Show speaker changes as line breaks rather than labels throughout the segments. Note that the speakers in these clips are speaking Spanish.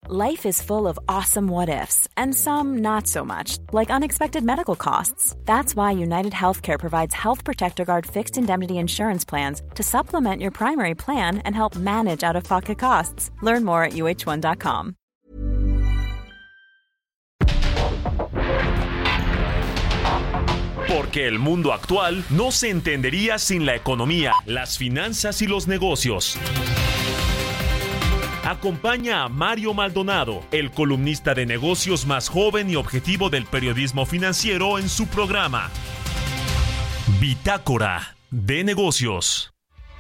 Life is full of awesome what-ifs, and some not so much, like unexpected medical costs. That's why United Healthcare provides Health Protector Guard fixed indemnity insurance plans to supplement your primary plan and help manage out-of-pocket costs. Learn more at uh1.com.
Porque el mundo actual no se entendería sin la economía, las finanzas y los negocios. Acompaña a Mario Maldonado, el columnista de negocios más joven y objetivo del periodismo financiero, en su programa Bitácora de Negocios.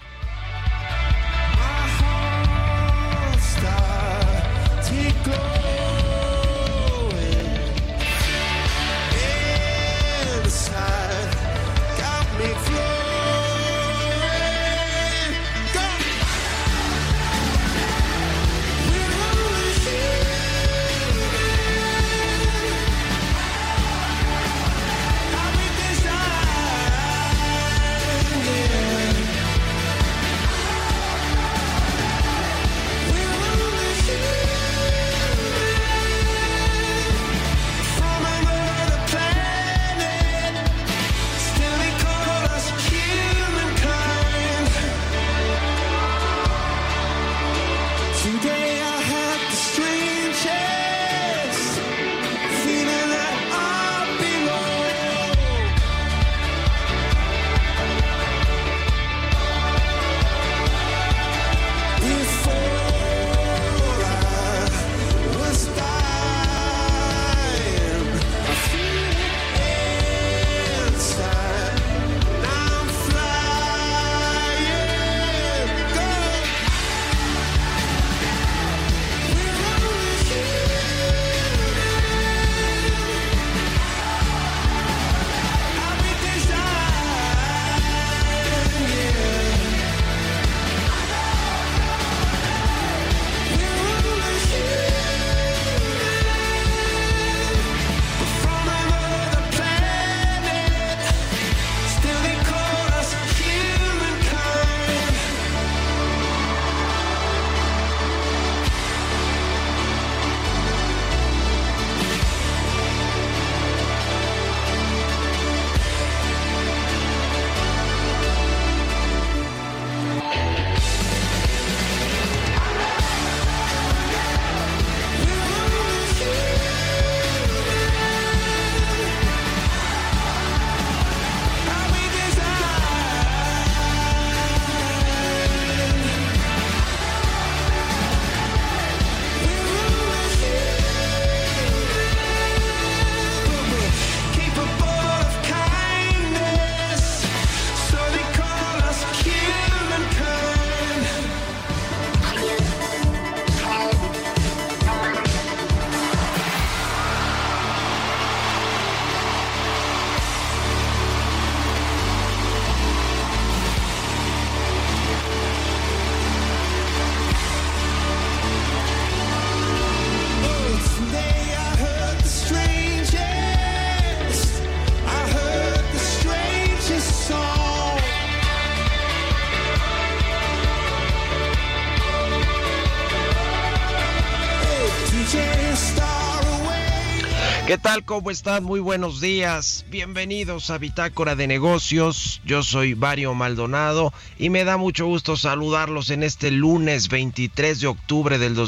¿Qué tal? ¿Cómo están? Muy buenos días. Bienvenidos a Bitácora de Negocios. Yo soy Mario Maldonado y me da mucho gusto saludarlos en este lunes 23 de octubre del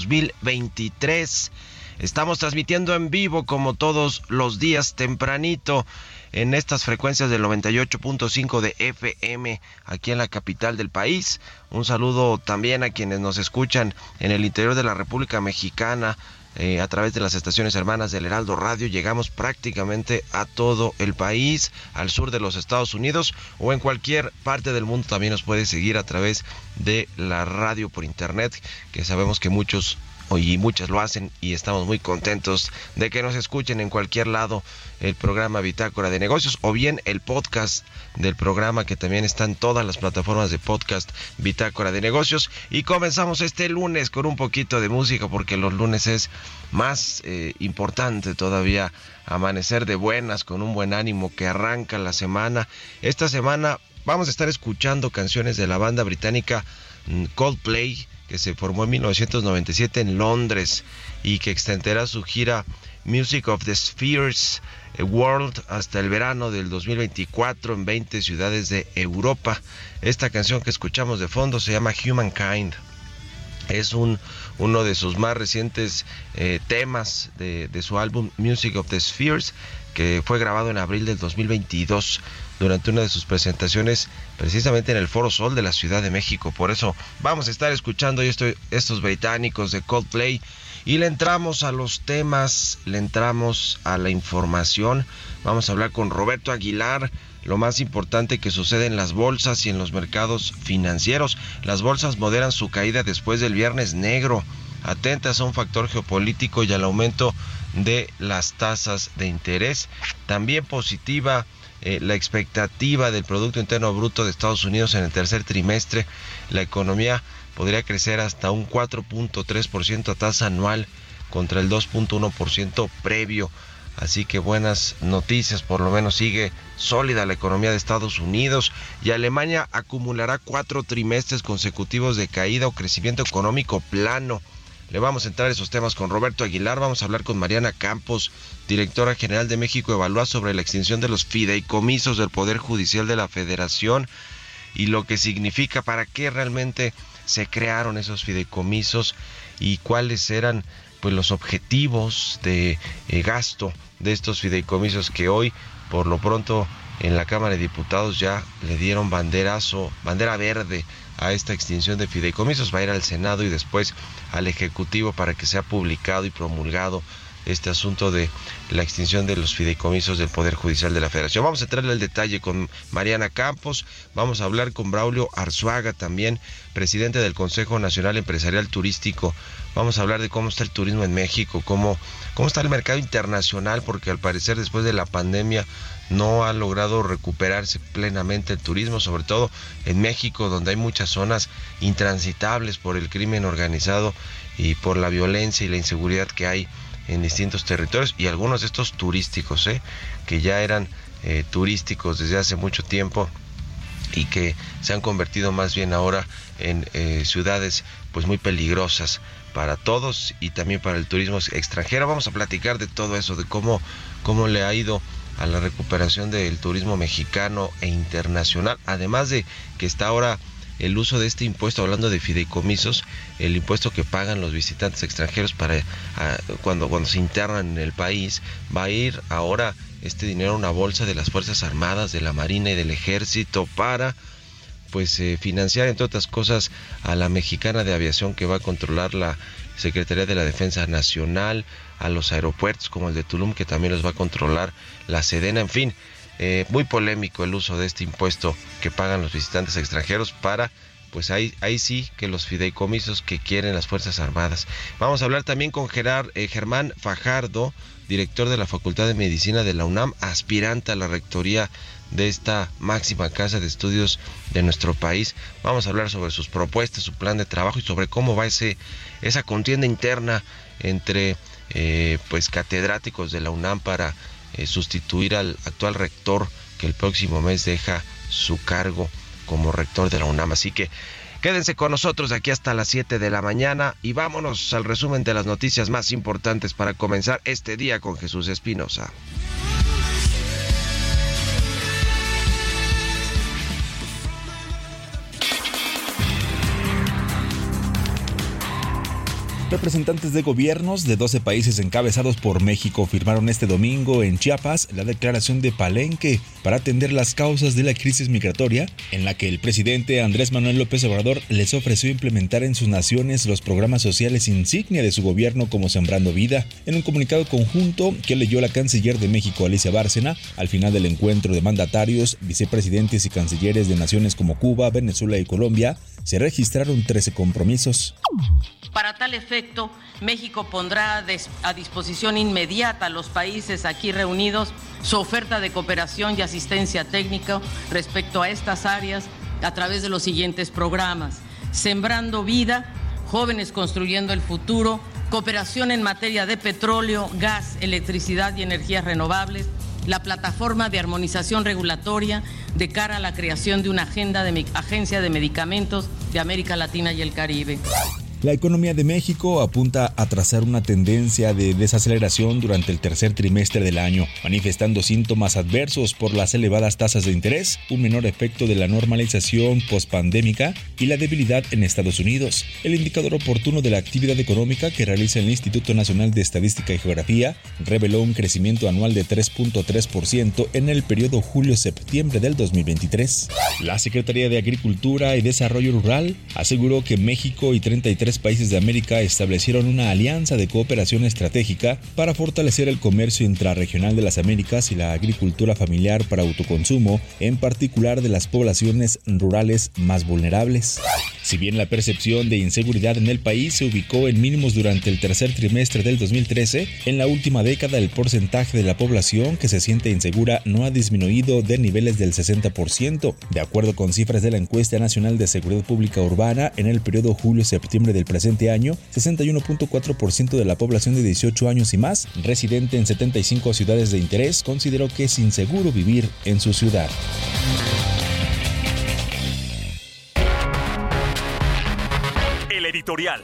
2023. Estamos transmitiendo en vivo como todos los días tempranito en estas frecuencias del 98.5 de FM aquí en la capital del país. Un saludo también a quienes nos escuchan en el interior de la República Mexicana. A través de las estaciones hermanas del Heraldo Radio llegamos prácticamente a todo el país, al sur de los Estados Unidos o en cualquier parte del mundo. También nos puede seguir a través de la radio por internet, que sabemos que muchos y muchas lo hacen y estamos muy contentos de que nos escuchen en cualquier lado el programa Bitácora de Negocios o bien el podcast del programa, que también está en todas las plataformas de podcast Bitácora de Negocios. Y comenzamos este lunes con un poquito de música, porque los lunes es más importante todavía amanecer de buenas, con un buen ánimo que arranca la semana. Esta semana vamos a estar escuchando canciones de la banda británica Coldplay, que se formó en 1997 en Londres y que extenderá su gira Music of the Spheres World hasta el verano del 2024 en 20 ciudades de Europa. Esta canción que escuchamos de fondo se llama Humankind. Es uno de sus más recientes temas de su álbum Music of the Spheres, que fue grabado en abril del 2022 durante una de sus presentaciones precisamente en el Foro Sol de la Ciudad de México. Por eso vamos a estar escuchando estos británicos de Coldplay y le entramos a los temas, le entramos a la información. Vamos a hablar con Roberto Aguilar, lo más importante que sucede en las bolsas y en los mercados financieros. Las bolsas moderan su caída después del Viernes Negro, atentas a un factor geopolítico y al aumento de las tasas de interés. También positiva la expectativa del Producto Interno Bruto de Estados Unidos en el tercer trimestre. La economía podría crecer hasta un 4.3% a tasa anual contra el 2.1% previo. Así que buenas noticias, por lo menos sigue sólida la economía de Estados Unidos, y Alemania acumulará 4 trimestres consecutivos de caída o crecimiento económico plano. Le vamos a entrar a esos temas con Roberto Aguilar. Vamos a hablar con Mariana Campos, directora general de México Evalúa, sobre la extinción de los fideicomisos del Poder Judicial de la Federación y lo que significa, para qué realmente se crearon esos fideicomisos y cuáles eran pues los objetivos de gasto de estos fideicomisos, que hoy por lo pronto en la Cámara de Diputados ya le dieron bandera verde a esta extinción de fideicomisos. Va a ir al Senado y después al Ejecutivo para que sea publicado y promulgado este asunto de la extinción de los fideicomisos del Poder Judicial de la Federación. Vamos a entrarle al detalle con Mariana Campos. Vamos a hablar con Braulio Arzuaga, también presidente del Consejo Nacional Empresarial Turístico. Vamos a hablar de cómo está el turismo en México, cómo está el mercado internacional, porque al parecer después de la pandemia no ha logrado recuperarse plenamente el turismo, sobre todo en México, donde hay muchas zonas intransitables por el crimen organizado y por la violencia y la inseguridad que hay en distintos territorios, y algunos de estos turísticos, que ya eran turísticos desde hace mucho tiempo y que se han convertido más bien ahora en ciudades pues muy peligrosas para todos y también para el turismo extranjero. Vamos a platicar de todo eso, de cómo le ha ido a la recuperación del turismo mexicano e internacional, además de que está ahora el uso de este impuesto, hablando de fideicomisos, el impuesto que pagan los visitantes extranjeros para cuando se internan en el país. Va a ir ahora este dinero a una bolsa de las Fuerzas Armadas, de la Marina y del Ejército para financiar, entre otras cosas, a la Mexicana de Aviación, que va a controlar la Secretaría de la Defensa Nacional, a los aeropuertos como el de Tulum, que también los va a controlar la Sedena. En fin, muy polémico el uso de este impuesto que pagan los visitantes extranjeros para, pues ahí sí, que los fideicomisos que quieren las Fuerzas Armadas. Vamos a hablar también con Germán Fajardo, director de la Facultad de Medicina de la UNAM, aspirante a la rectoría de esta máxima casa de estudios de nuestro país. Vamos a hablar sobre sus propuestas, su plan de trabajo y sobre cómo va esa contienda interna entre catedráticos de la UNAM para sustituir al actual rector, que el próximo mes deja su cargo como rector de la UNAM. Así que quédense con nosotros de aquí hasta las 7 de la mañana y vámonos al resumen de las noticias más importantes para comenzar este día con Jesús Espinosa.
Representantes de gobiernos de 12 países encabezados por México firmaron este domingo en Chiapas la declaración de Palenque para atender las causas de la crisis migratoria, en la que el presidente Andrés Manuel López Obrador les ofreció implementar en sus naciones los programas sociales insignia de su gobierno, como Sembrando Vida. En un comunicado conjunto que leyó la canciller de México, Alicia Bárcena, al final del encuentro de mandatarios, vicepresidentes y cancilleres de naciones como Cuba, Venezuela y Colombia, se registraron 13 compromisos.
Para tal efecto, México pondrá a disposición inmediata a los países aquí reunidos su oferta de cooperación y asistencia técnica respecto a estas áreas a través de los siguientes programas: Sembrando Vida, Jóvenes Construyendo el Futuro, cooperación en materia de petróleo, gas, electricidad y energías renovables, la plataforma de armonización regulatoria de cara a la creación de una agencia de medicamentos de América Latina y el Caribe.
La economía de México apunta a trazar una tendencia de desaceleración durante el tercer trimestre del año, manifestando síntomas adversos por las elevadas tasas de interés, un menor efecto de la normalización pospandémica y la debilidad en Estados Unidos. El indicador oportuno de la actividad económica que realiza el Instituto Nacional de Estadística y Geografía reveló un crecimiento anual de 3.3% en el periodo julio-septiembre del 2023. La Secretaría de Agricultura y Desarrollo Rural aseguró que México y 33 países de América establecieron una alianza de cooperación estratégica para fortalecer el comercio intrarregional de las Américas y la agricultura familiar para autoconsumo, en particular de las poblaciones rurales más vulnerables. Si bien la percepción de inseguridad en el país se ubicó en mínimos durante el tercer trimestre del 2013, en la última década el porcentaje de la población que se siente insegura no ha disminuido de niveles del 60%, de acuerdo con cifras de la Encuesta Nacional de Seguridad Pública Urbana. En el periodo julio-septiembre del presente año, 61.4% de la población de 18 años y más, residente en 75 ciudades de interés, consideró que es inseguro vivir en su ciudad.
El editorial.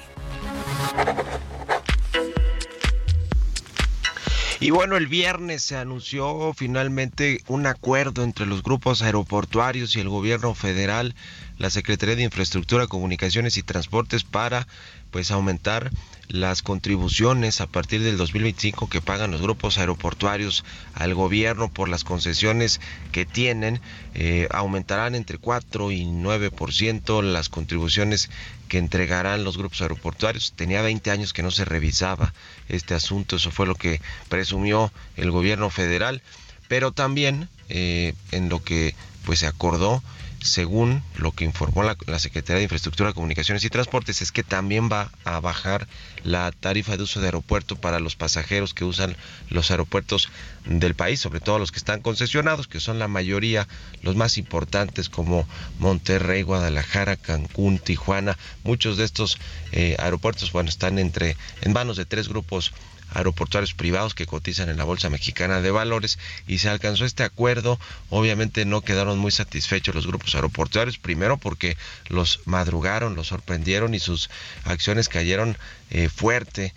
Y bueno, el viernes se anunció finalmente un acuerdo entre los grupos aeroportuarios y el gobierno federal, la Secretaría de Infraestructura, Comunicaciones y Transportes, para aumentar las contribuciones a partir del 2025 que pagan los grupos aeroportuarios al gobierno por las concesiones que tienen. Aumentarán entre 4 y 9% las contribuciones que entregarán los grupos aeroportuarios. Tenía 20 años que no se revisaba este asunto, eso fue lo que presumió el gobierno federal, pero también en lo que se acordó, según lo que informó la Secretaría de Infraestructura, Comunicaciones y Transportes, es que también va a bajar la tarifa de uso de aeropuerto para los pasajeros que usan los aeropuertos del país, sobre todo los que están concesionados, que son la mayoría, los más importantes, como Monterrey, Guadalajara, Cancún, Tijuana. Muchos de estos aeropuertos están en manos de 3 grupos aeroportuarios privados que cotizan en la Bolsa Mexicana de Valores, y se alcanzó este acuerdo. Obviamente no quedaron muy satisfechos los grupos aeroportuarios, primero porque los madrugaron, los sorprendieron y sus acciones cayeron fuerte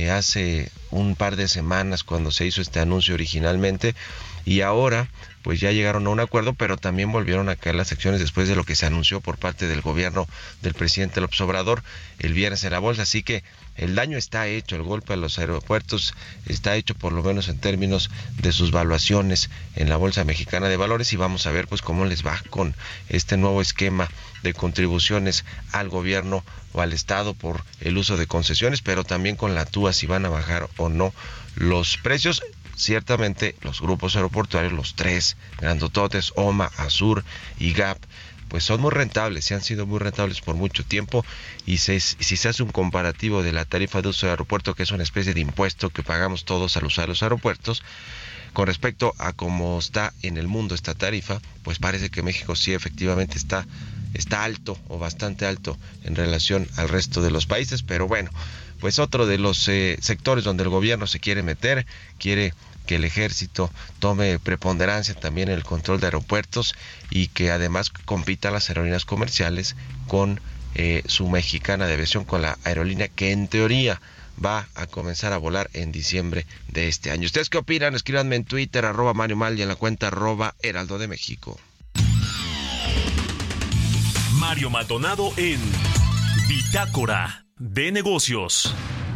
hace un par de semanas cuando se hizo este anuncio originalmente, y ahora ya llegaron a un acuerdo, pero también volvieron a caer las acciones después de lo que se anunció por parte del gobierno del presidente López Obrador el viernes en la bolsa. Así que el daño está hecho, el golpe a los aeropuertos está hecho, por lo menos en términos de sus valuaciones en la Bolsa Mexicana de Valores, y vamos a ver cómo les va con este nuevo esquema de contribuciones al gobierno o al Estado por el uso de concesiones, pero también con la TUA, si van a bajar o no los precios. Ciertamente los grupos aeroportuarios, los 3 grandototes, OMA, Azur y GAP, son muy rentables, y han sido muy rentables por mucho tiempo, y si se hace un comparativo de la tarifa de uso de aeropuerto, que es una especie de impuesto que pagamos todos al usar los aeropuertos, con respecto a cómo está en el mundo esta tarifa, parece que México sí efectivamente está alto o bastante alto en relación al resto de los países. Pero bueno, otro de los sectores donde el gobierno se quiere meter, quiere que el ejército tome preponderancia también en el control de aeropuertos, y que además compitan las aerolíneas comerciales con su Mexicana de Aviación, con la aerolínea que en teoría va a comenzar a volar en diciembre de este año. ¿Ustedes qué opinan? Escríbanme en Twitter, @Mario Mal, y en la cuenta @Heraldo de México.
Mario Maldonado en Bitácora de Negocios.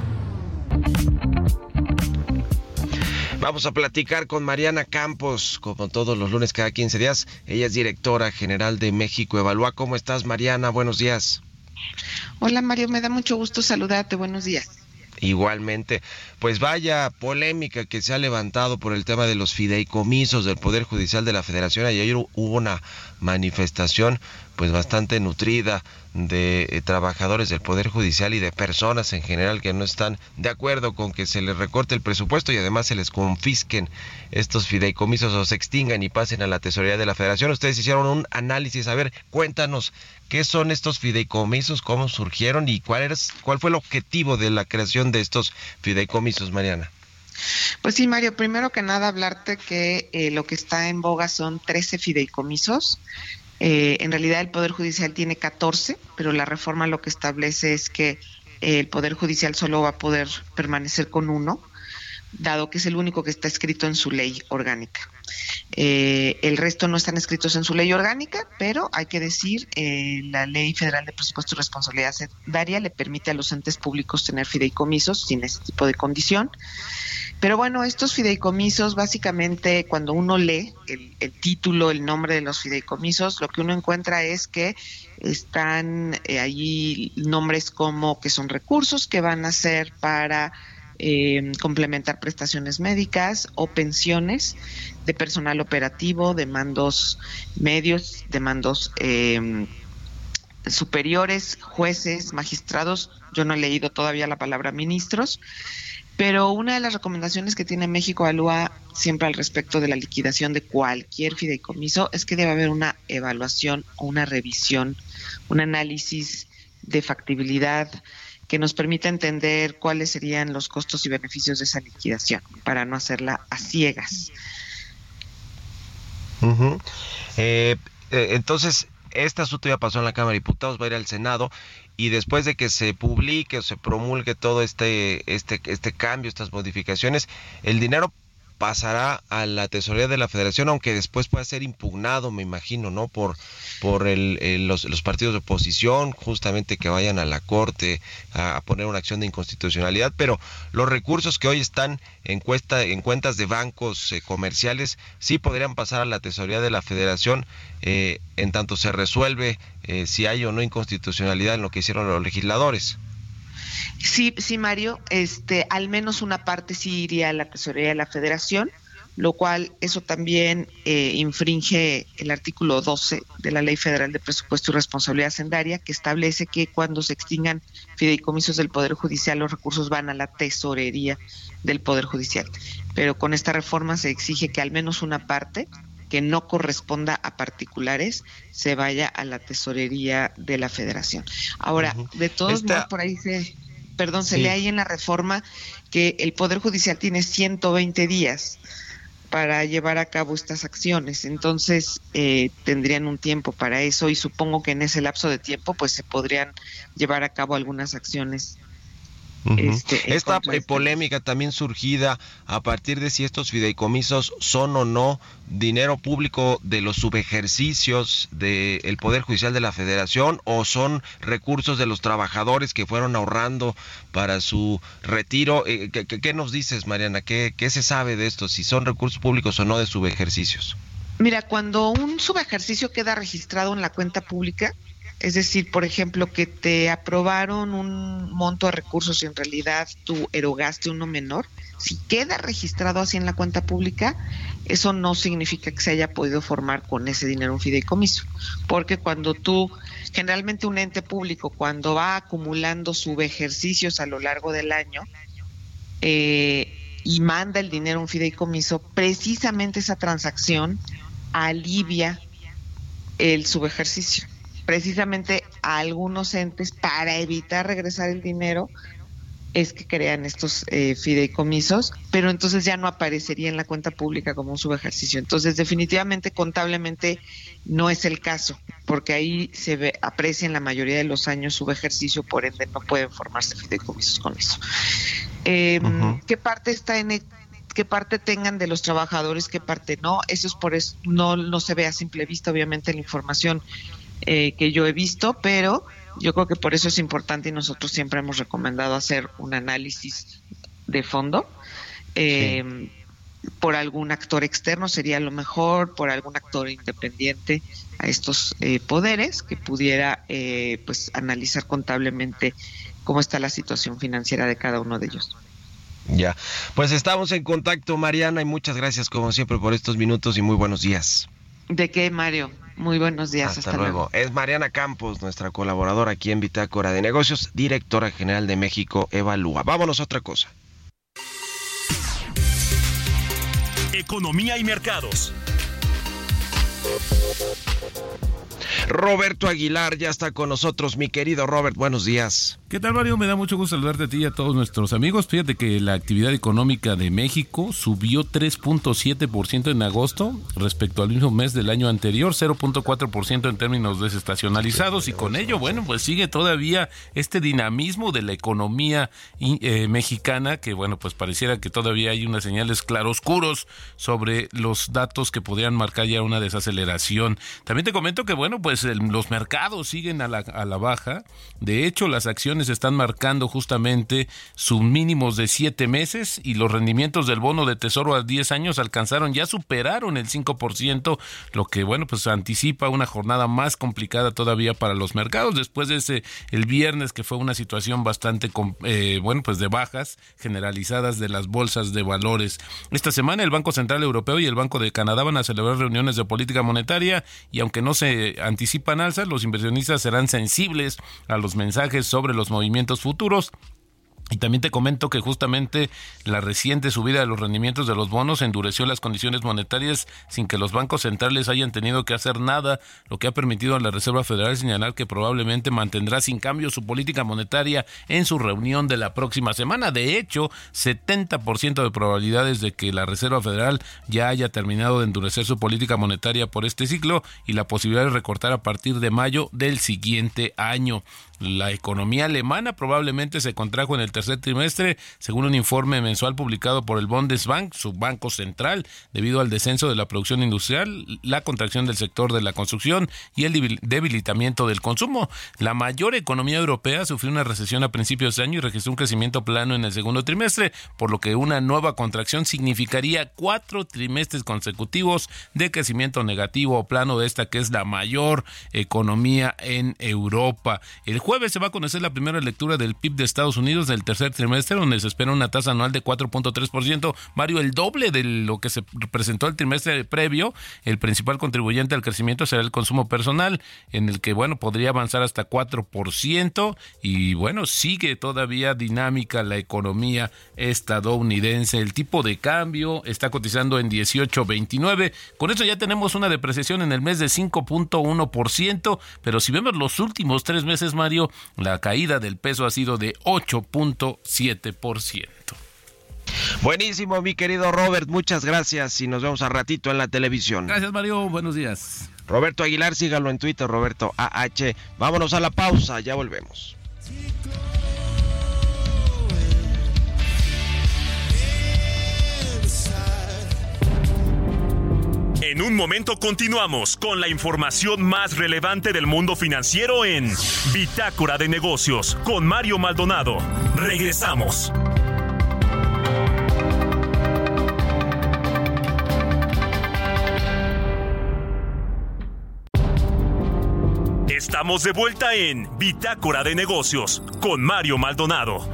Vamos a platicar con Mariana Campos, como todos los lunes cada 15 días. Ella es directora general de México Evalúa. ¿Cómo estás, Mariana? Buenos días.
Hola, Mario, me da mucho gusto saludarte. Buenos días.
Igualmente, vaya polémica que se ha levantado por el tema de los fideicomisos del Poder Judicial de la Federación. Ayer hubo una manifestación bastante nutrida de trabajadores del Poder Judicial y de personas en general que no están de acuerdo con que se les recorte el presupuesto y además se les confisquen estos fideicomisos o se extingan y pasen a la Tesorería de la Federación. Ustedes hicieron un análisis. A ver, cuéntanos, ¿qué son estos fideicomisos? ¿Cómo surgieron? ¿Y cuál fue el objetivo de la creación de estos fideicomisos, Mariana?
Pues sí, Mario, primero que nada hablarte que lo que está en boga son 13 fideicomisos. En realidad el Poder Judicial tiene 14, pero la reforma lo que establece es que el Poder Judicial solo va a poder permanecer con uno, dado que es el único que está escrito en su ley orgánica. El resto no están escritos en su ley orgánica, pero hay que decir, la Ley Federal de Presupuesto y Responsabilidad Hacendaria le permite a los entes públicos tener fideicomisos sin ese tipo de condición. Pero bueno, estos fideicomisos, básicamente, cuando uno lee el título, el nombre de los fideicomisos, lo que uno encuentra es que están allí nombres como que son recursos que van a ser para complementar prestaciones médicas o pensiones de personal operativo, de mandos medios, de mandos superiores, jueces, magistrados. Yo no he leído todavía la palabra ministros, pero una de las recomendaciones que tiene México Evalúa siempre al respecto de la liquidación de cualquier fideicomiso es que debe haber una evaluación o una revisión, un análisis de factibilidad que nos permita entender cuáles serían los costos y beneficios de esa liquidación, para no hacerla a ciegas.
Uh-huh. Entonces, este asunto ya pasó en la Cámara de Diputados, va a ir al Senado, y después de que se publique o se promulgue todo este cambio, estas modificaciones, el dinero pasará a la Tesorería de la Federación, aunque después pueda ser impugnado, me imagino, ¿no? Por los partidos de oposición, justamente que vayan a la Corte a poner una acción de inconstitucionalidad, pero los recursos que hoy están en cuentas de bancos comerciales sí podrían pasar a la Tesorería de la Federación, en tanto se resuelve si hay o no inconstitucionalidad en lo que hicieron los legisladores.
Sí, Mario, al menos una parte sí iría a la Tesorería de la Federación, lo cual eso también infringe el artículo 12 de la Ley Federal de Presupuesto y Responsabilidad Hacendaria, que establece que cuando se extingan fideicomisos del Poder Judicial, los recursos van a la Tesorería del Poder Judicial. Pero con esta reforma se exige que al menos una parte que no corresponda a particulares se vaya a la Tesorería de la Federación. Ahora, de todos modos, por ahí se lee ahí en la reforma que el Poder Judicial tiene 120 días para llevar a cabo estas acciones, entonces tendrían un tiempo para eso, y supongo que en ese lapso de tiempo pues se podrían llevar a cabo algunas acciones.
Esta polémica también surgida a partir de si estos fideicomisos son o no dinero público de los subejercicios del Poder Judicial de la Federación, o son recursos de los trabajadores que fueron ahorrando para su retiro. ¿Qué nos dices, Mariana? ¿Qué se sabe de esto? Si son recursos públicos o no de subejercicios.
Mira, cuando un subejercicio queda registrado en la cuenta pública, es decir, por ejemplo, que te aprobaron un monto de recursos y en realidad tú erogaste uno menor, si queda registrado así en la cuenta pública, eso no significa que se haya podido formar con ese dinero un fideicomiso, porque generalmente un ente público, cuando va acumulando subejercicios a lo largo del año y manda el dinero a un fideicomiso, precisamente esa transacción alivia el subejercicio. Precisamente a algunos entes, para evitar regresar el dinero, es que crean estos fideicomisos, pero entonces ya no aparecería en la cuenta pública como un subejercicio. Entonces, definitivamente, contablemente, no es el caso, porque ahí aprecia en la mayoría de los años subejercicio, por ende no pueden formarse fideicomisos con eso. ¿Qué parte qué parte tengan de los trabajadores, qué parte no? Eso es por eso, no se ve a simple vista, obviamente, la información que yo he visto, pero yo creo que por eso es importante, y nosotros siempre hemos recomendado hacer un análisis de fondo. Por algún actor externo sería lo mejor, por algún actor independiente a estos poderes que pudiera pues analizar contablemente cómo está la situación financiera de cada uno de ellos.
Ya, pues estamos en contacto, Mariana, y muchas gracias como siempre por estos minutos y muy buenos días.
¿De qué, Mario? Muy buenos días.
Hasta luego. Es Mariana Campos, nuestra colaboradora aquí en Bitácora de Negocios, directora general de México Evalúa. Vámonos a otra cosa.
Economía y mercados.
Roberto Aguilar ya está con nosotros. Mi querido Robert, buenos días.
¿Qué ¿Qué tal, Mario? Me da mucho gusto saludarte a ti y a todos nuestros amigos. Fíjate que la actividad económica de México subió 3.7% en agosto respecto al mismo mes del año anterior, 0.4% en términos desestacionalizados, y con ello, bueno, pues sigue todavía este dinamismo de la economía mexicana, que bueno, pues pareciera que todavía hay unas señales claroscuros sobre los datos que podrían marcar ya una desaceleración. También te comento que bueno, pues los mercados siguen a la baja. De hecho, las acciones están marcando justamente sus mínimos de 7 meses y los rendimientos del bono de tesoro a 10 años superaron el 5%, lo que bueno, pues anticipa una jornada más complicada todavía para los mercados después de el viernes, que fue una situación bastante bueno, pues de bajas generalizadas de las bolsas de valores. Esta semana el Banco Central Europeo y el Banco de Canadá van a celebrar reuniones de política monetaria, y aunque no se anticipan alzas, los inversionistas serán sensibles a los mensajes sobre los movimientos futuros. Y también te comento que justamente la reciente subida de los rendimientos de los bonos endureció las condiciones monetarias sin que los bancos centrales hayan tenido que hacer nada, lo que ha permitido a la Reserva Federal señalar que probablemente mantendrá sin cambio su política monetaria en su reunión de la próxima semana. De hecho, 70% de probabilidades de que la Reserva Federal ya haya terminado de endurecer su política monetaria por este ciclo, y la posibilidad de recortar a partir de mayo del siguiente año. La economía alemana probablemente se contrajo en el tercer trimestre, según un informe mensual publicado por el Bundesbank, su banco central, debido al descenso de la producción industrial, la contracción del sector de la construcción y el debilitamiento del consumo. La mayor economía europea sufrió una recesión a principios de año y registró un crecimiento plano en el segundo trimestre, por lo que una nueva contracción significaría 4 trimestres consecutivos de crecimiento negativo o plano de esta, que es la mayor economía en Europa. El jueves se va a conocer la primera lectura del PIB de Estados Unidos del tercer trimestre, donde se espera una tasa anual de 4.3%, Mario, el doble de lo que se presentó el trimestre previo. El principal contribuyente al crecimiento será el consumo personal, en el que, bueno, podría avanzar hasta 4%, y bueno, sigue todavía dinámica la economía estadounidense. El tipo de cambio está cotizando en 18.29, con eso ya tenemos una depreciación en el mes de 5.1%, pero si vemos los últimos 3 meses, Mario, la caída del peso ha sido de 8.7%.
Buenísimo, mi querido Robert, muchas gracias y nos vemos al ratito en la televisión.
Gracias, Mario, buenos días.
Roberto Aguilar, sígalo en Twitter, Roberto AH. Vámonos a la pausa, ya volvemos.
En un momento continuamos con la información más relevante del mundo financiero en Bitácora de Negocios con Mario Maldonado. Regresamos. Estamos de vuelta en Bitácora de Negocios con Mario Maldonado.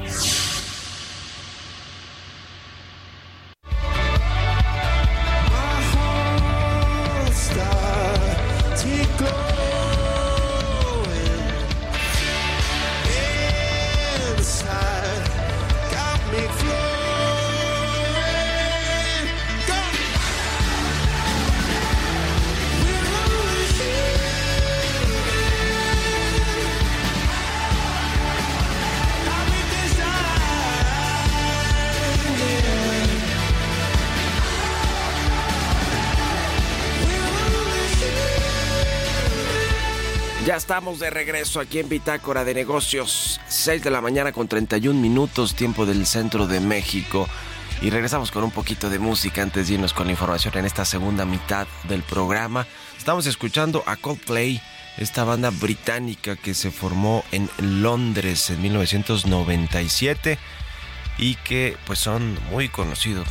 Ya estamos de regreso aquí en Bitácora de Negocios, 6 de la mañana con 31 minutos, tiempo del centro de México. Y regresamos con un poquito de música antes de irnos con la información en esta segunda mitad del programa. Estamos escuchando a Coldplay, esta banda británica que se formó en Londres en 1997 y que pues son muy conocidos.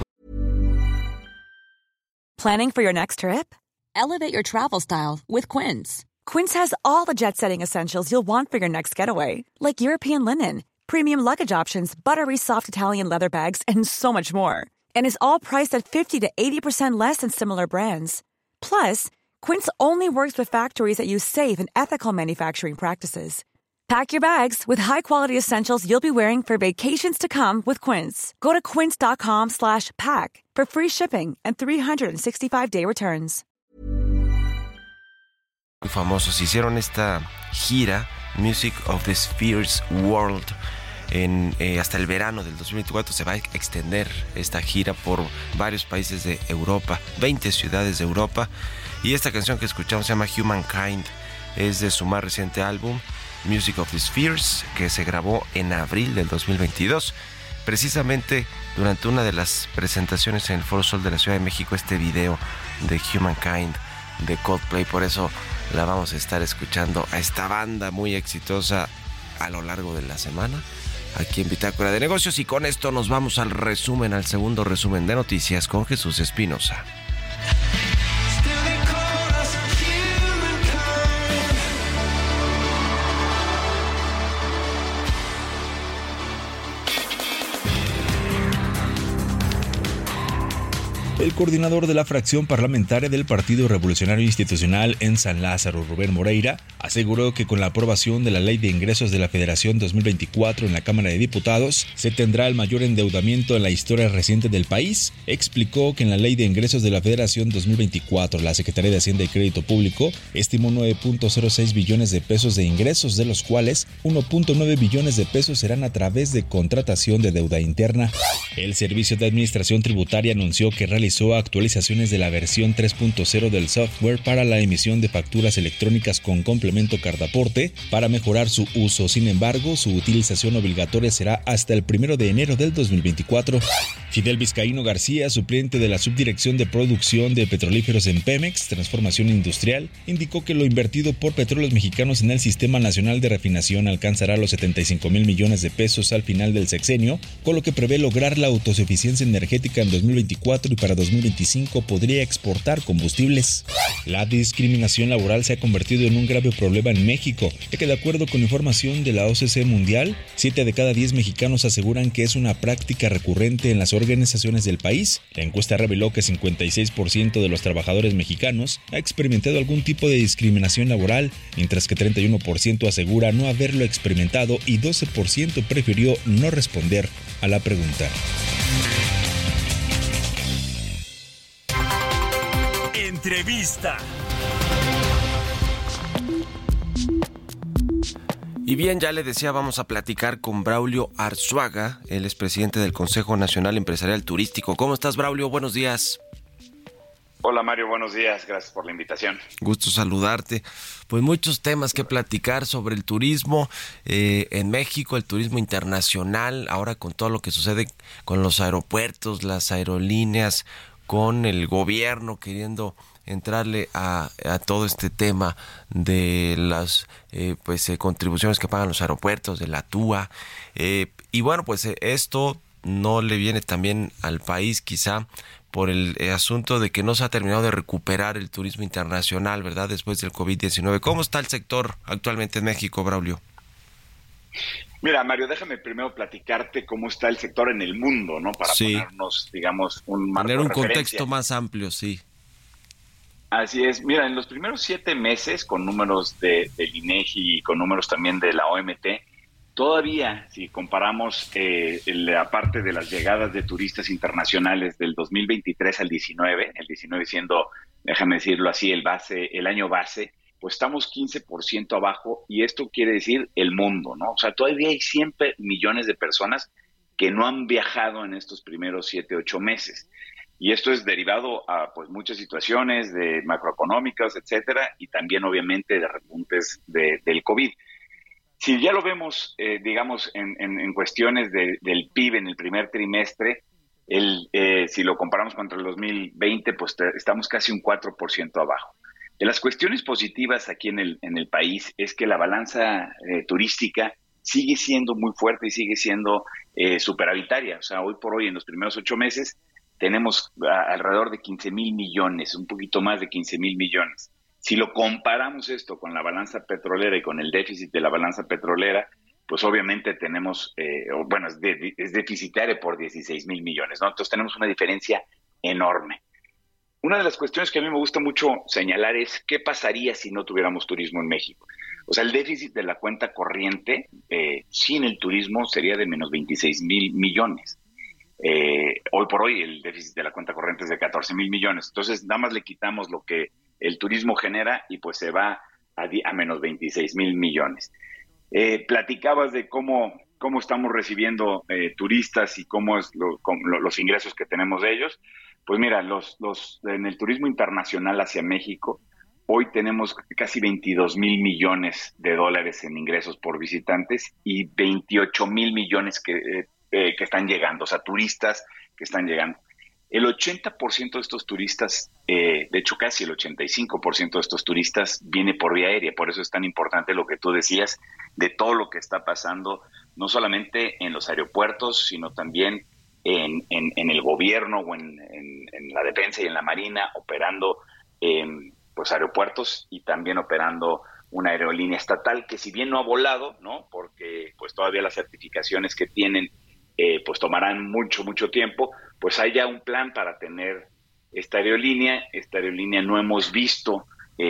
Planning for your next trip? Elevate your travel style with Quince. Quince has all the jet-setting essentials you'll want for your next getaway, like European linen, premium luggage options, buttery soft Italian leather bags, and so much more. And is all priced at 50 to 80% less than similar brands. Plus, Quince only works with factories that use safe and ethical manufacturing practices. Pack your bags with high-quality essentials you'll be wearing for vacations to come with Quince. Go to quince.com/pack for free shipping and 365-day returns.
Muy famosos, hicieron esta gira Music of the Spheres World. Hasta el verano del 2024 se va a extender esta gira por varios países de Europa, 20 ciudades de Europa. Y esta canción que escuchamos se llama Humankind, es de su más reciente álbum Music of the Spheres, que se grabó en abril del 2022. Precisamente durante una de las presentaciones en el Foro Sol de la Ciudad de México, este video de Humankind de Coldplay. Por eso la vamos a estar escuchando a esta banda muy exitosa a lo largo de la semana aquí en Bitácora de Negocios. Y con esto nos vamos al segundo resumen de noticias con Jesús Espinosa.
El coordinador de la fracción parlamentaria del Partido Revolucionario Institucional en San Lázaro, Rubén Moreira, aseguró que con la aprobación de la Ley de Ingresos de la Federación 2024 en la Cámara de Diputados, se tendrá el mayor endeudamiento en la historia reciente del país. Explicó que en la Ley de Ingresos de la Federación 2024, la Secretaría de Hacienda y Crédito Público estimó 9.06 billones de pesos de ingresos, de los cuales 1.9 billones de pesos serán a través de contratación de deuda interna. El Servicio de Administración Tributaria anunció que realizó actualizaciones de la versión 3.0 del software para la emisión de facturas electrónicas con complemento cartaporte para mejorar su uso. Sin embargo, su utilización obligatoria será hasta el 1 de enero del 2024. Fidel Vizcaíno García, suplente de la Subdirección de Producción de Petrolíferos en Pemex, Transformación Industrial, indicó que lo invertido por Petróleos Mexicanos en el Sistema Nacional de Refinación alcanzará los 75,000 millones de pesos al final del sexenio, con lo que prevé lograr la autosuficiencia energética en 2024 y para 2025 podría exportar combustibles. La discriminación laboral se ha convertido en un grave problema en México, ya que de acuerdo con información de la OCC Mundial, 7 de cada 10 mexicanos aseguran que es una práctica recurrente en las organizaciones del país. La encuesta reveló que 56% de los trabajadores mexicanos ha experimentado algún tipo de discriminación laboral, mientras que 31% asegura no haberlo experimentado y 12% prefirió no responder a la pregunta.
Entrevista.
Y bien, ya le decía, vamos a platicar con Braulio Arzuaga, él es presidente del Consejo Nacional Empresarial Turístico. ¿Cómo estás, Braulio? Buenos días.
Hola, Mario, buenos días, gracias por la invitación.
Gusto saludarte. Pues muchos temas que platicar sobre el turismo en México, el turismo internacional, ahora con todo lo que sucede con los aeropuertos, las aerolíneas, con el gobierno queriendo entrarle a todo este tema de las contribuciones que pagan los aeropuertos, de la TUA. Y bueno, pues esto no le viene también al país quizá por el asunto de que no se ha terminado de recuperar el turismo internacional, ¿verdad? Después del COVID-19. ¿Cómo está el sector actualmente en México, Braulio?
Mira, Mario, déjame primero platicarte cómo está el sector en el mundo, ¿no? Para ponernos, digamos, un marco de referencia.
Tener un contexto más amplio, sí.
Así es. Mira, en los primeros 7 meses, con números del INEGI y con números también de la OMT, todavía, si comparamos la parte de las llegadas de turistas internacionales del 2023 al 19, el 19 siendo, déjame decirlo así, el año base, pues estamos 15% abajo, y esto quiere decir el mundo, ¿no? O sea, todavía hay 100 millones de personas que no han viajado en estos primeros 7, 8 meses. Y esto es derivado a pues muchas situaciones de macroeconómicas, etcétera, y también obviamente de repuntes del COVID. Si ya lo vemos, digamos, en cuestiones del PIB en el primer trimestre, si lo comparamos contra el 2020, pues estamos casi un 4% abajo. De las cuestiones positivas aquí en el país es que la balanza turística sigue siendo muy fuerte y sigue siendo superavitaria. O sea, hoy por hoy, en los primeros 8 meses, tenemos alrededor de 15,000 millones, un poquito más de 15,000 millones. Si lo comparamos esto con la balanza petrolera y con el déficit de la balanza petrolera, pues obviamente tenemos, es deficitaria por 16,000 millones, ¿no? Entonces tenemos una diferencia enorme. Una de las cuestiones que a mí me gusta mucho señalar es qué pasaría si no tuviéramos turismo en México. O sea, el déficit de la cuenta corriente sin el turismo sería de menos 26,000 millones. Hoy por hoy el déficit de la cuenta corriente es de 14,000 millones. Entonces, nada más le quitamos lo que el turismo genera y pues se va a menos 26,000 millones. Platicabas de cómo estamos recibiendo turistas y cómo es los ingresos que tenemos de ellos. Pues mira, en el turismo internacional hacia México, hoy tenemos casi 22 mil millones de dólares en ingresos por visitantes y 28 mil millones que están llegando, o sea, turistas que están llegando. El 80% de estos turistas, de hecho casi el 85% de estos turistas viene por vía aérea. Por eso es tan importante lo que tú decías de todo lo que está pasando, no solamente en los aeropuertos, sino también en el gobierno o en la defensa y en la marina, operando pues aeropuertos y también operando una aerolínea estatal que si bien no ha volado, ¿no? Porque pues todavía las certificaciones que tienen pues tomarán mucho tiempo, pues hay ya un plan para tener esta aerolínea. Esta aerolínea no hemos visto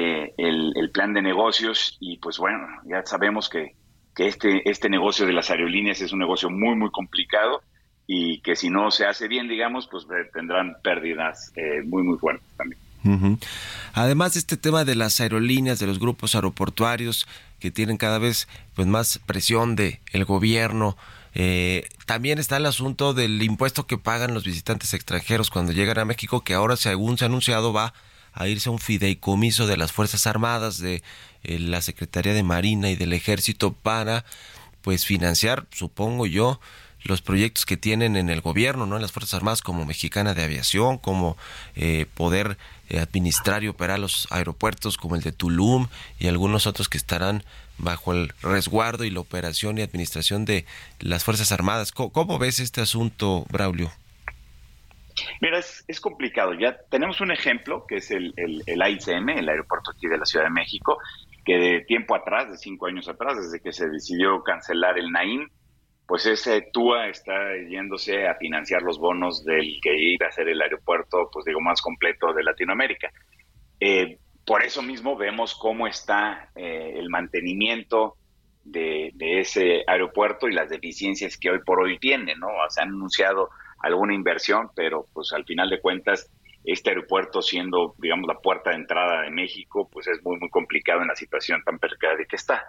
el plan de negocios y pues bueno, ya sabemos que este negocio de las aerolíneas es un negocio muy complicado y que si no se hace bien, digamos, pues tendrán pérdidas muy fuertes también.
Uh-huh. Además de este tema de las aerolíneas, de los grupos aeroportuarios que tienen cada vez pues más presión de el gobierno, también está el asunto del impuesto que pagan los visitantes extranjeros cuando llegan a México, que ahora, según se ha anunciado, va a irse a un fideicomiso de las Fuerzas Armadas, de la Secretaría de Marina y del Ejército para pues financiar, supongo yo, los proyectos que tienen en el gobierno, ¿no? En las Fuerzas Armadas, como Mexicana de Aviación, como poder administrar y operar los aeropuertos como el de Tulum y algunos otros que estarán bajo el resguardo y la operación y administración de las Fuerzas Armadas. ¿Cómo ves este asunto, Braulio?
Mira, es complicado. Ya tenemos un ejemplo que es el AICM, el aeropuerto aquí de la Ciudad de México, que de tiempo atrás, de 5 años atrás, desde que se decidió cancelar el Naim, pues ese TUA está yéndose a financiar los bonos del que iba a ser el aeropuerto, pues digo, más completo de Latinoamérica. Por eso mismo vemos cómo está el mantenimiento de ese aeropuerto y las deficiencias que hoy por hoy tiene, ¿no? Se han anunciado alguna inversión, pero pues al final de cuentas este aeropuerto, siendo, digamos, la puerta de entrada de México, pues es muy complicado en la situación tan precaria que está.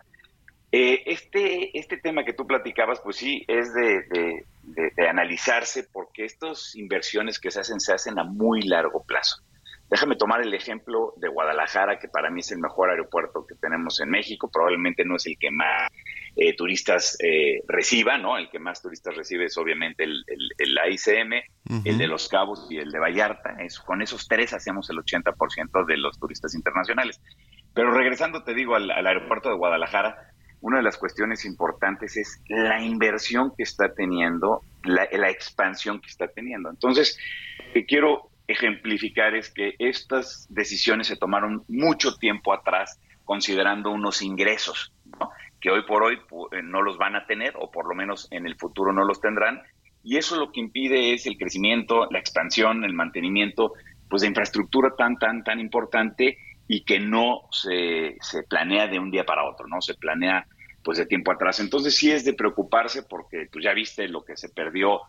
Este tema que tú platicabas, pues sí, es de analizarse, porque estas inversiones que se hacen a muy largo plazo. Déjame tomar el ejemplo de Guadalajara, que para mí es el mejor aeropuerto que tenemos en México. Probablemente no es el que más turistas reciba, ¿no? El que más turistas recibe es obviamente el AICM, uh-huh. El de Los Cabos y el de Vallarta. Con esos tres hacemos el 80% de los turistas internacionales. Pero regresando, te digo, al aeropuerto de Guadalajara, una de las cuestiones importantes es la inversión que está teniendo, la expansión que está teniendo. Entonces, lo que quiero ejemplificar es que estas decisiones se tomaron mucho tiempo atrás, considerando unos ingresos, ¿no? Que hoy por hoy no los van a tener, o por lo menos en el futuro no los tendrán, y eso lo que impide es el crecimiento, la expansión, el mantenimiento pues de infraestructura tan importante, y que no se planea de un día para otro, ¿no? Se planea pues de tiempo atrás. Entonces sí es de preocuparse, porque tú ya viste lo que se perdió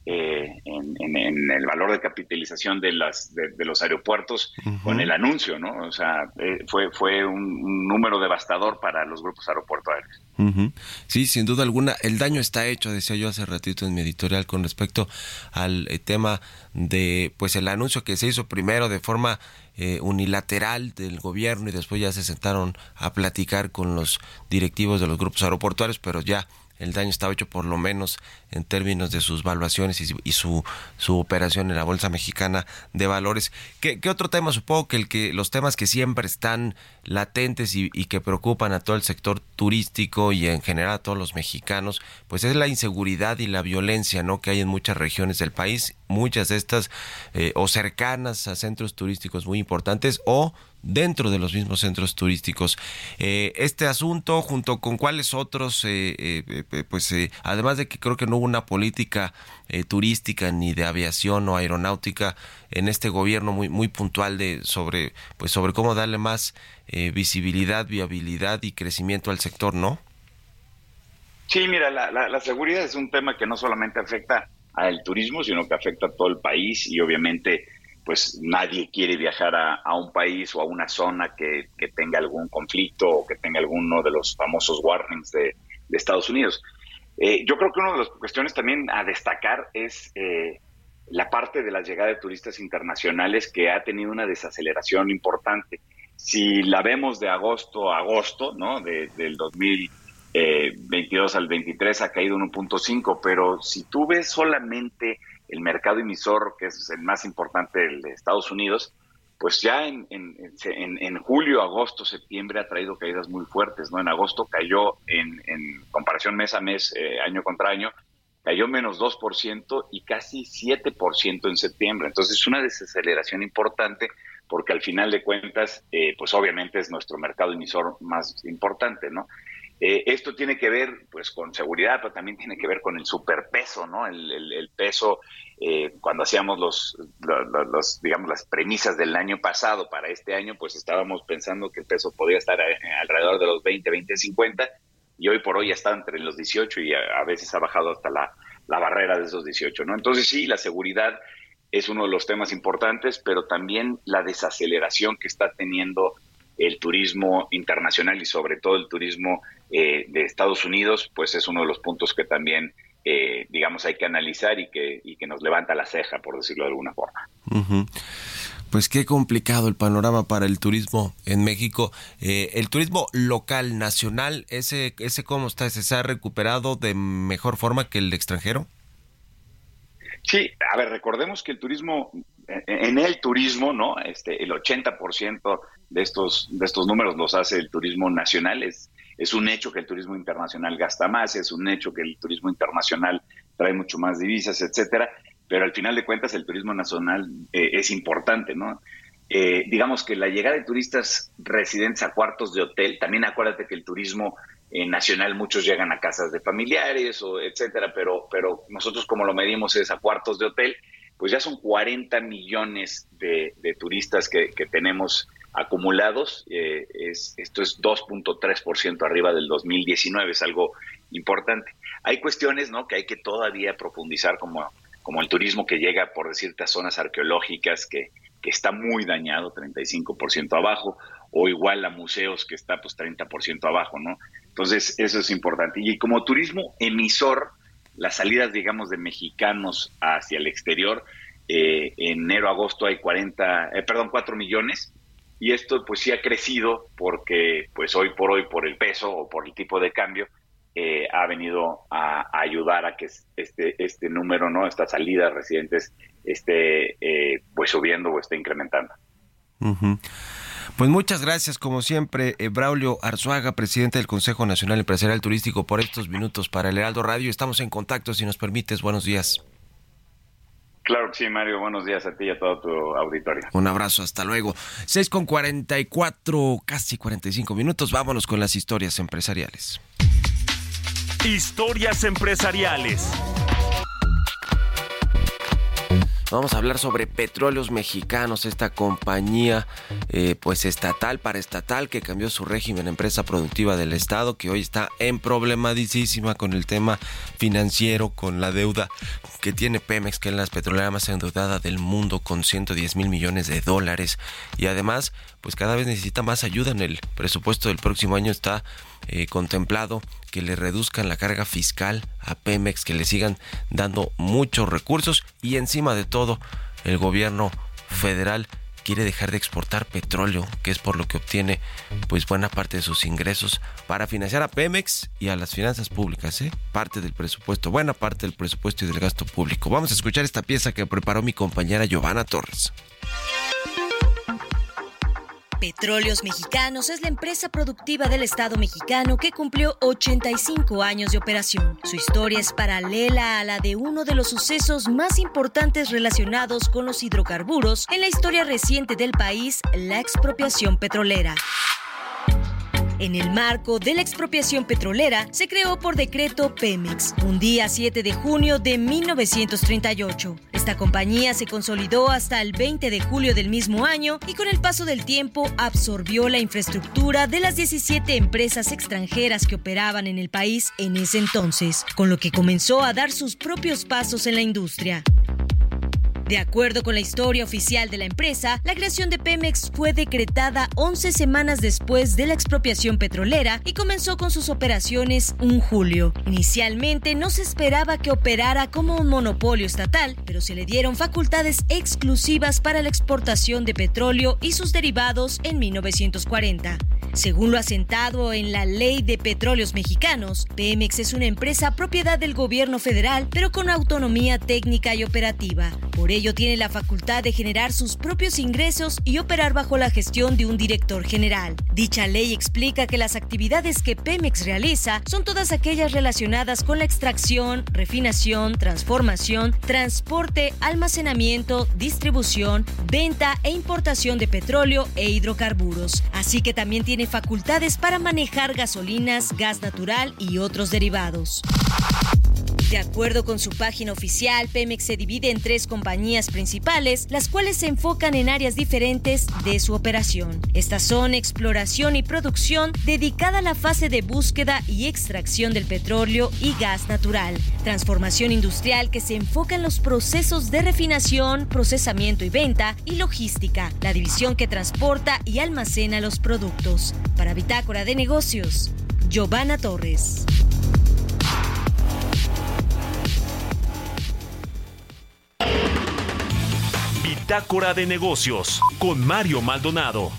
en el valor de capitalización de los aeropuertos, uh-huh. Con el anuncio, ¿no? O sea, fue un número devastador para los grupos aeroportuarios.
Uh-huh. Sí, sin duda alguna, el daño está hecho, decía yo hace ratito en mi editorial con respecto al tema de pues el anuncio que se hizo primero de forma unilateral del gobierno y después ya se sentaron a platicar con los directivos de los grupos aeroportuarios, pero ya el daño estaba hecho, por lo menos en términos de sus valuaciones y su operación en la Bolsa Mexicana de Valores. ¿Qué otro tema? Supongo que los temas que siempre están latentes y que preocupan a todo el sector turístico y en general a todos los mexicanos, pues es la inseguridad y la violencia, ¿no? Que hay en muchas regiones del país, muchas de estas o cercanas a centros turísticos muy importantes o dentro de los mismos centros turísticos. Este asunto, junto con cuáles otros, además de que creo que no hubo una política turística ni de aviación o aeronáutica en este gobierno muy puntual sobre cómo darle más visibilidad, viabilidad y crecimiento al sector, ¿no?
Sí, mira, la seguridad es un tema que no solamente afecta al turismo, sino que afecta a todo el país, y obviamente pues nadie quiere viajar a un país o a una zona que tenga algún conflicto o que tenga alguno de los famosos warnings Estados Unidos. Yo creo que una de las cuestiones también a destacar es la parte de la llegada de turistas internacionales, que ha tenido una desaceleración importante. Si la vemos de agosto a agosto, ¿no? Del 2022 al 23 ha caído un 1.5, pero si tú ves solamente el mercado emisor, que es el más importante del de Estados Unidos, pues ya en julio, agosto, septiembre ha traído caídas muy fuertes, ¿no? En agosto cayó, en comparación mes a mes, año contra año, cayó menos 2% y casi 7% en septiembre. Entonces es una desaceleración importante, porque al final de cuentas, pues obviamente es nuestro mercado emisor más importante, ¿no? Esto tiene que ver, pues, con seguridad, pero también tiene que ver con el superpeso, ¿no? El peso, cuando hacíamos digamos, las premisas del año pasado para este año, pues estábamos pensando que el peso podía estar alrededor de los 20, y hoy por hoy ya está entre los 18 y a veces ha bajado hasta la barrera de esos 18, ¿no? Entonces sí, la seguridad es uno de los temas importantes, pero también la desaceleración que está teniendo el turismo internacional y sobre todo el turismo de Estados Unidos, pues es uno de los puntos que también, digamos, hay que analizar y que nos levanta la ceja, por decirlo de alguna forma.
Uh-huh. Pues qué complicado el panorama para el turismo en México. El turismo local, nacional, ese ¿cómo está? ¿Ese se ha recuperado de mejor forma que el extranjero?
Sí, a ver, recordemos que el turismo, ¿no? El 80% de estos números los hace el turismo nacional. Es un hecho que el turismo internacional gasta más, es un hecho que el turismo internacional trae mucho más divisas, etcétera, pero al final de cuentas el turismo nacional es importante, ¿no? Digamos que la llegada de turistas residentes a cuartos de hotel, también acuérdate que el turismo nacional, muchos llegan a casas de familiares, o etcétera, pero nosotros como lo medimos es a cuartos de hotel, pues ya son 40 millones de turistas que tenemos acumulados. Esto es 2.3% arriba del 2019, es algo importante. Hay cuestiones, ¿no?, que hay que todavía profundizar, como el turismo que llega, por decirte, a zonas arqueológicas, que está muy dañado, 35% abajo, o igual a museos, que está pues 30% abajo, ¿no? Entonces eso es importante. Y como turismo emisor, las salidas, digamos, de mexicanos hacia el exterior, en enero-agosto hay 4 millones, y esto pues sí ha crecido porque pues hoy por hoy, por el peso o por el tipo de cambio, ha venido a ayudar a que este número, ¿no?, esta salida de residentes esté pues subiendo o esté incrementando.
Uh-huh. Pues muchas gracias, como siempre, Braulio Arzuaga, presidente del Consejo Nacional Empresarial Turístico, por estos minutos para el Heraldo Radio. Estamos en contacto, si nos permites. Buenos días.
Claro que sí, Mario. Buenos días a ti y a todo tu auditorio.
Un abrazo, hasta luego. 6:44, casi 45 minutos. Vámonos con las historias empresariales.
Historias empresariales.
Vamos a hablar sobre Petróleos Mexicanos, esta compañía pues estatal, paraestatal, que cambió su régimen, empresa productiva del Estado, que hoy está en problemadísima con el tema financiero, con la deuda que tiene Pemex, que es la petrolera más endeudada del mundo, con $110 millones. Y además, pues cada vez necesita más ayuda. En el presupuesto del próximo año está contemplado que le reduzcan la carga fiscal a Pemex, que le sigan dando muchos recursos, y encima de todo el gobierno federal quiere dejar de exportar petróleo, que es por lo que obtiene pues buena parte de sus ingresos para financiar a Pemex y a las finanzas públicas, parte del presupuesto, buena parte del presupuesto y del gasto público. Vamos a escuchar esta pieza que preparó mi compañera Giovanna Torres.
Petróleos Mexicanos es la empresa productiva del Estado mexicano que cumplió 85 años de operación. Su historia es paralela a la de uno de los sucesos más importantes relacionados con los hidrocarburos en la historia reciente del país, la expropiación petrolera. En el marco de la expropiación petrolera, se creó por decreto Pemex, un día 7 de junio de 1938. Esta compañía se consolidó hasta el 20 de julio del mismo año y con el paso del tiempo absorbió la infraestructura de las 17 empresas extranjeras que operaban en el país en ese entonces, con lo que comenzó a dar sus propios pasos en la industria. De acuerdo con la historia oficial de la empresa, la creación de Pemex fue decretada 11 semanas después de la expropiación petrolera y comenzó con sus operaciones en julio. Inicialmente no se esperaba que operara como un monopolio estatal, pero se le dieron facultades exclusivas para la exportación de petróleo y sus derivados en 1940. Según lo asentado en la Ley de Petróleos Mexicanos, Pemex es una empresa propiedad del gobierno federal, pero con autonomía técnica y operativa. Por ello tiene la facultad de generar sus propios ingresos y operar bajo la gestión de un director general. Dicha ley explica que las actividades que Pemex realiza son todas aquellas relacionadas con la extracción, refinación, transformación, transporte, almacenamiento, distribución, venta e importación de petróleo e hidrocarburos. Así que también tiene facultades para manejar gasolinas, gas natural y otros derivados. De acuerdo con su página oficial, Pemex se divide en 3 compañías principales, las cuales se enfocan en áreas diferentes de su operación. Estas son exploración y producción, dedicada a la fase de búsqueda y extracción del petróleo y gas natural. Transformación industrial, que se enfoca en los procesos de refinación, procesamiento y venta, y logística, la división que transporta y almacena los productos. Para Bitácora de Negocios, Giovanna Torres.
Bitácora de Negocios con Mario Maldonado.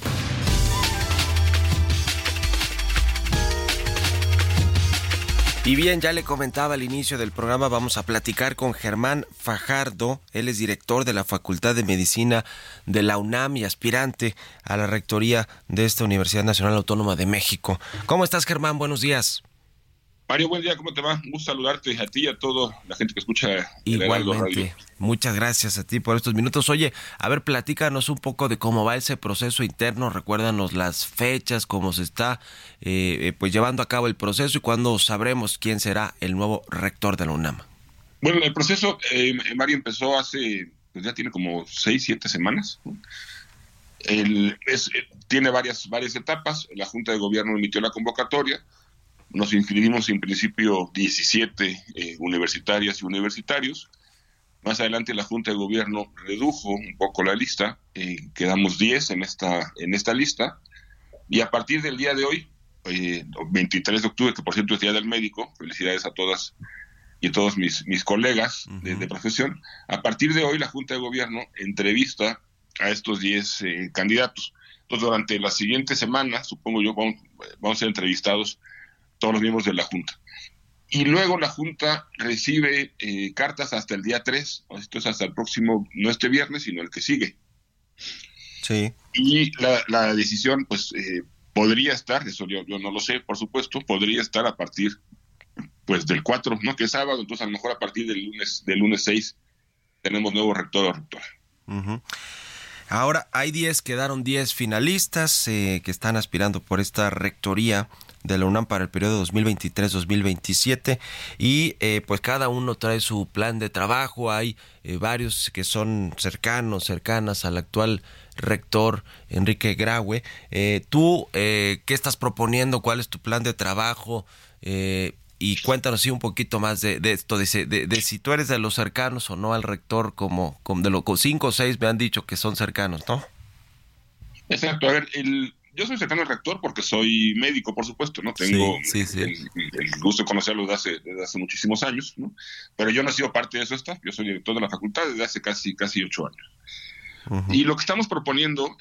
Y bien, ya le comentaba al inicio del programa, vamos a platicar con Germán Fajardo. Él es director de la Facultad de Medicina de la UNAM y aspirante a la rectoría de esta Universidad Nacional Autónoma de México. ¿Cómo estás, Germán? Buenos días.
Mario, buen día, ¿cómo te va? Un gusto saludarte a ti y a toda la gente que escucha el Heraldo Radio.
Igualmente, muchas gracias a ti por estos minutos. Oye, a ver, platícanos un poco de cómo va ese proceso interno, recuérdanos las fechas, cómo se está pues llevando a cabo el proceso y cuándo sabremos quién será el nuevo rector de la UNAM.
Bueno, el proceso, Mario, empezó hace, pues ya tiene como 6-7 semanas, ¿no? Tiene varias etapas. La Junta de Gobierno emitió la convocatoria. Nos inscribimos en principio 17 universitarias y universitarios. Más adelante la Junta de Gobierno redujo un poco la lista, quedamos 10 en esta lista, y a partir del día de hoy, 23 de octubre, que por cierto es Día del Médico, felicidades a todas y todos mis colegas de profesión, a partir de hoy la Junta de Gobierno entrevista a estos 10 candidatos. Entonces durante la siguiente semana, supongo yo, vamos a ser entrevistados todos los miembros de la Junta. Y luego la Junta recibe cartas hasta el día 3, esto es hasta el próximo, no este viernes, sino el que sigue.
Sí.
Y la decisión, pues, podría estar, eso yo no lo sé, por supuesto, podría estar a partir, pues, del 4, ¿no? Que es sábado, entonces a lo mejor a partir del lunes 6 tenemos nuevo rector o rectora.
Uh-huh. Ahora quedaron 10 finalistas que están aspirando por esta rectoría de la UNAM para el periodo 2023-2027 y pues cada uno trae su plan de trabajo. Hay varios que son cercanas al actual rector Enrique Graue. ¿Tú qué estás proponiendo? ¿Cuál es tu plan de trabajo? Y cuéntanos un poquito más de esto, de si tú eres de los cercanos o no al rector, como de los 5 o 6 me han dicho que son cercanos, ¿no?
Exacto, a ver, yo soy cercano al rector porque soy médico, por supuesto, ¿no? Tengo el gusto de conocerlo desde hace muchísimos años, ¿no? Pero yo no he sido parte de eso, yo soy director de la facultad desde hace casi 8 años. Uh-huh. Y lo que estamos proponiendo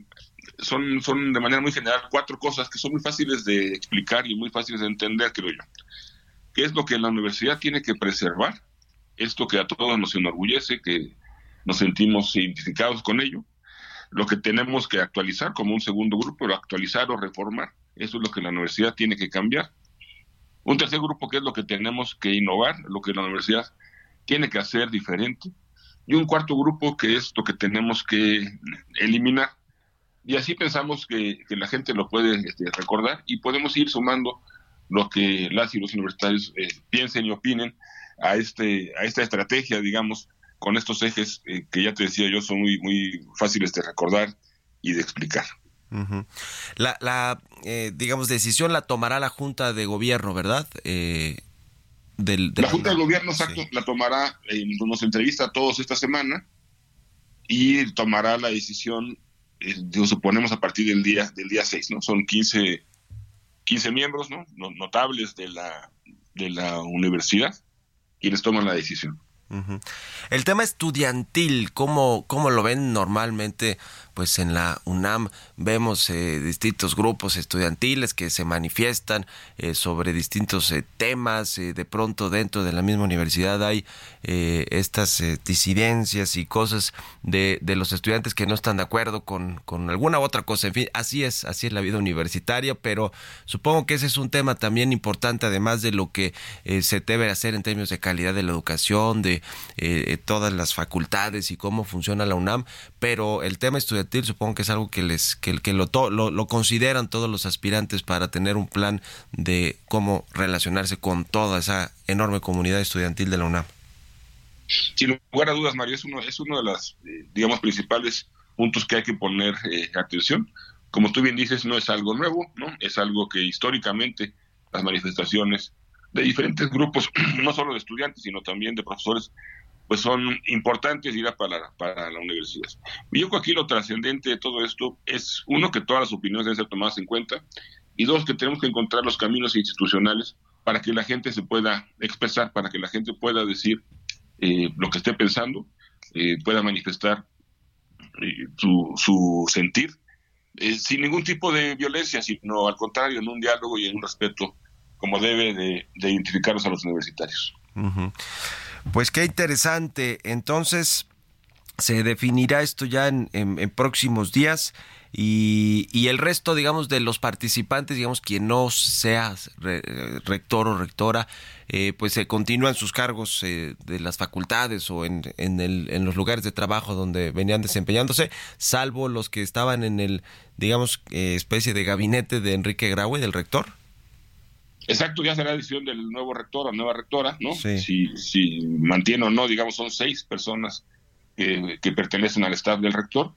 son de manera muy general 4 cosas que son muy fáciles de explicar y muy fáciles de entender, creo yo. ¿Qué es lo que la universidad tiene que preservar? Esto que a todos nos enorgullece, que nos sentimos identificados con ello. Lo que tenemos que actualizar como un segundo grupo, pero actualizar o reformar. Eso es lo que la universidad tiene que cambiar. Un tercer grupo, que es lo que tenemos que innovar, lo que la universidad tiene que hacer diferente. Y un cuarto grupo, que es lo que tenemos que eliminar. Y así pensamos que la gente lo puede recordar y podemos ir sumando lo que las y los universitarios piensen y opinen a esta estrategia, digamos, con estos ejes que ya te decía yo son muy, muy fáciles de recordar y de explicar.
Uh-huh. La decisión la tomará la Junta de Gobierno, ¿verdad?
La Junta de Gobierno, exacto, sí. La tomará, nos entrevista a todos esta semana y tomará la decisión, suponemos, a partir del día 6, ¿no? Son 15 miembros, ¿no? Notables de la universidad quienes toman la decisión.
Uh-huh. El tema estudiantil, ¿cómo lo ven normalmente? Pues en la UNAM vemos distintos grupos estudiantiles que se manifiestan sobre distintos temas. De pronto dentro de la misma universidad hay estas disidencias y cosas de los estudiantes que no están de acuerdo con alguna otra cosa. En fin, así es la vida universitaria, pero supongo que ese es un tema también importante, además de lo que se debe hacer en términos de calidad de la educación, de todas las facultades y cómo funciona la UNAM, pero el tema estudiantil supongo que es algo que lo consideran todos los aspirantes para tener un plan de cómo relacionarse con toda esa enorme comunidad estudiantil de la UNAM.
Sin lugar a dudas, Mario, es uno de los principales puntos que hay que poner atención. Como tú bien dices, no es algo nuevo, ¿no? Es algo que históricamente las manifestaciones de diferentes grupos, no solo de estudiantes, sino también de profesores, pues son importantes ir para la universidad. Yo creo que aquí lo trascendente de todo esto es, uno, que todas las opiniones deben ser tomadas en cuenta, y dos, que tenemos que encontrar los caminos institucionales para que la gente se pueda expresar, para que la gente pueda decir lo que esté pensando, pueda manifestar su sentir, sin ningún tipo de violencia, sino al contrario, en un diálogo y en un respeto, como debe de identificarlos a los universitarios.
Uh-huh. Pues qué interesante. Entonces se definirá esto ya en próximos días y el resto, digamos, de los participantes, digamos, quien no sea rector o rectora, pues se continúan sus cargos de las facultades o en los lugares de trabajo donde venían desempeñándose, salvo los que estaban en el, digamos, especie de gabinete de Enrique Graue, del rector.
Exacto, ya será decisión del nuevo rector o nueva rectora, ¿no?
Sí.
Si mantiene o no, digamos, son 6 personas que pertenecen al staff del rector.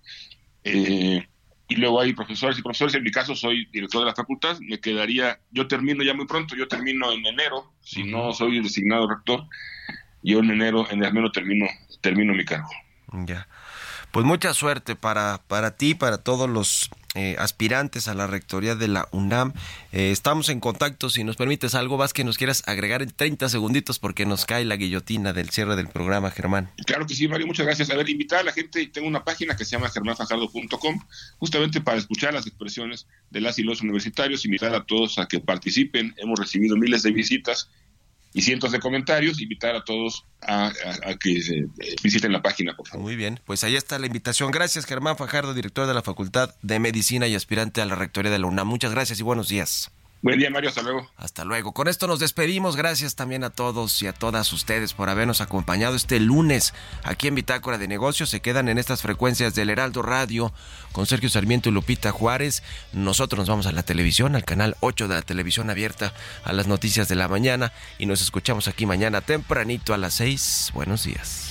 Y luego hay profesores y profesores. En mi caso soy director de la facultad. Yo termino ya muy pronto, yo termino en enero. Si no soy designado rector, yo en enero termino mi cargo.
Ya. Pues mucha suerte para ti, para todos los aspirantes a la rectoría de la UNAM. Estamos en contacto. Si nos permites algo más que nos quieras agregar en 30 segunditos, porque nos cae la guillotina del cierre del programa, Germán.
Claro que sí, Mario, muchas gracias. A ver, invitar a la gente, tengo una página que se llama germanfajardo.com, justamente para escuchar las expresiones de las y los universitarios, invitar a todos a que participen. Hemos recibido miles de visitas y cientos de comentarios. Invitar a todos a que visiten la página, por favor.
Muy bien, pues ahí está la invitación. Gracias, Germán Fajardo, director de la Facultad de Medicina y aspirante a la rectoría de la UNAM. Muchas gracias y buenos días.
Buen día, Mario, hasta luego.
Hasta luego. Con esto nos despedimos. Gracias también a todos y a todas ustedes por habernos acompañado este lunes aquí en Bitácora de Negocios. Se quedan en estas frecuencias del Heraldo Radio con Sergio Sarmiento y Lupita Juárez. Nosotros nos vamos a la televisión, al canal 8 de la televisión abierta, a las noticias de la mañana, y nos escuchamos aquí mañana tempranito a las 6. Buenos días.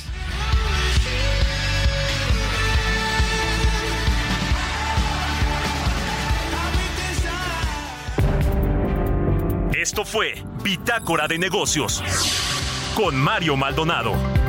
Esto fue Bitácora de Negocios con Mario Maldonado.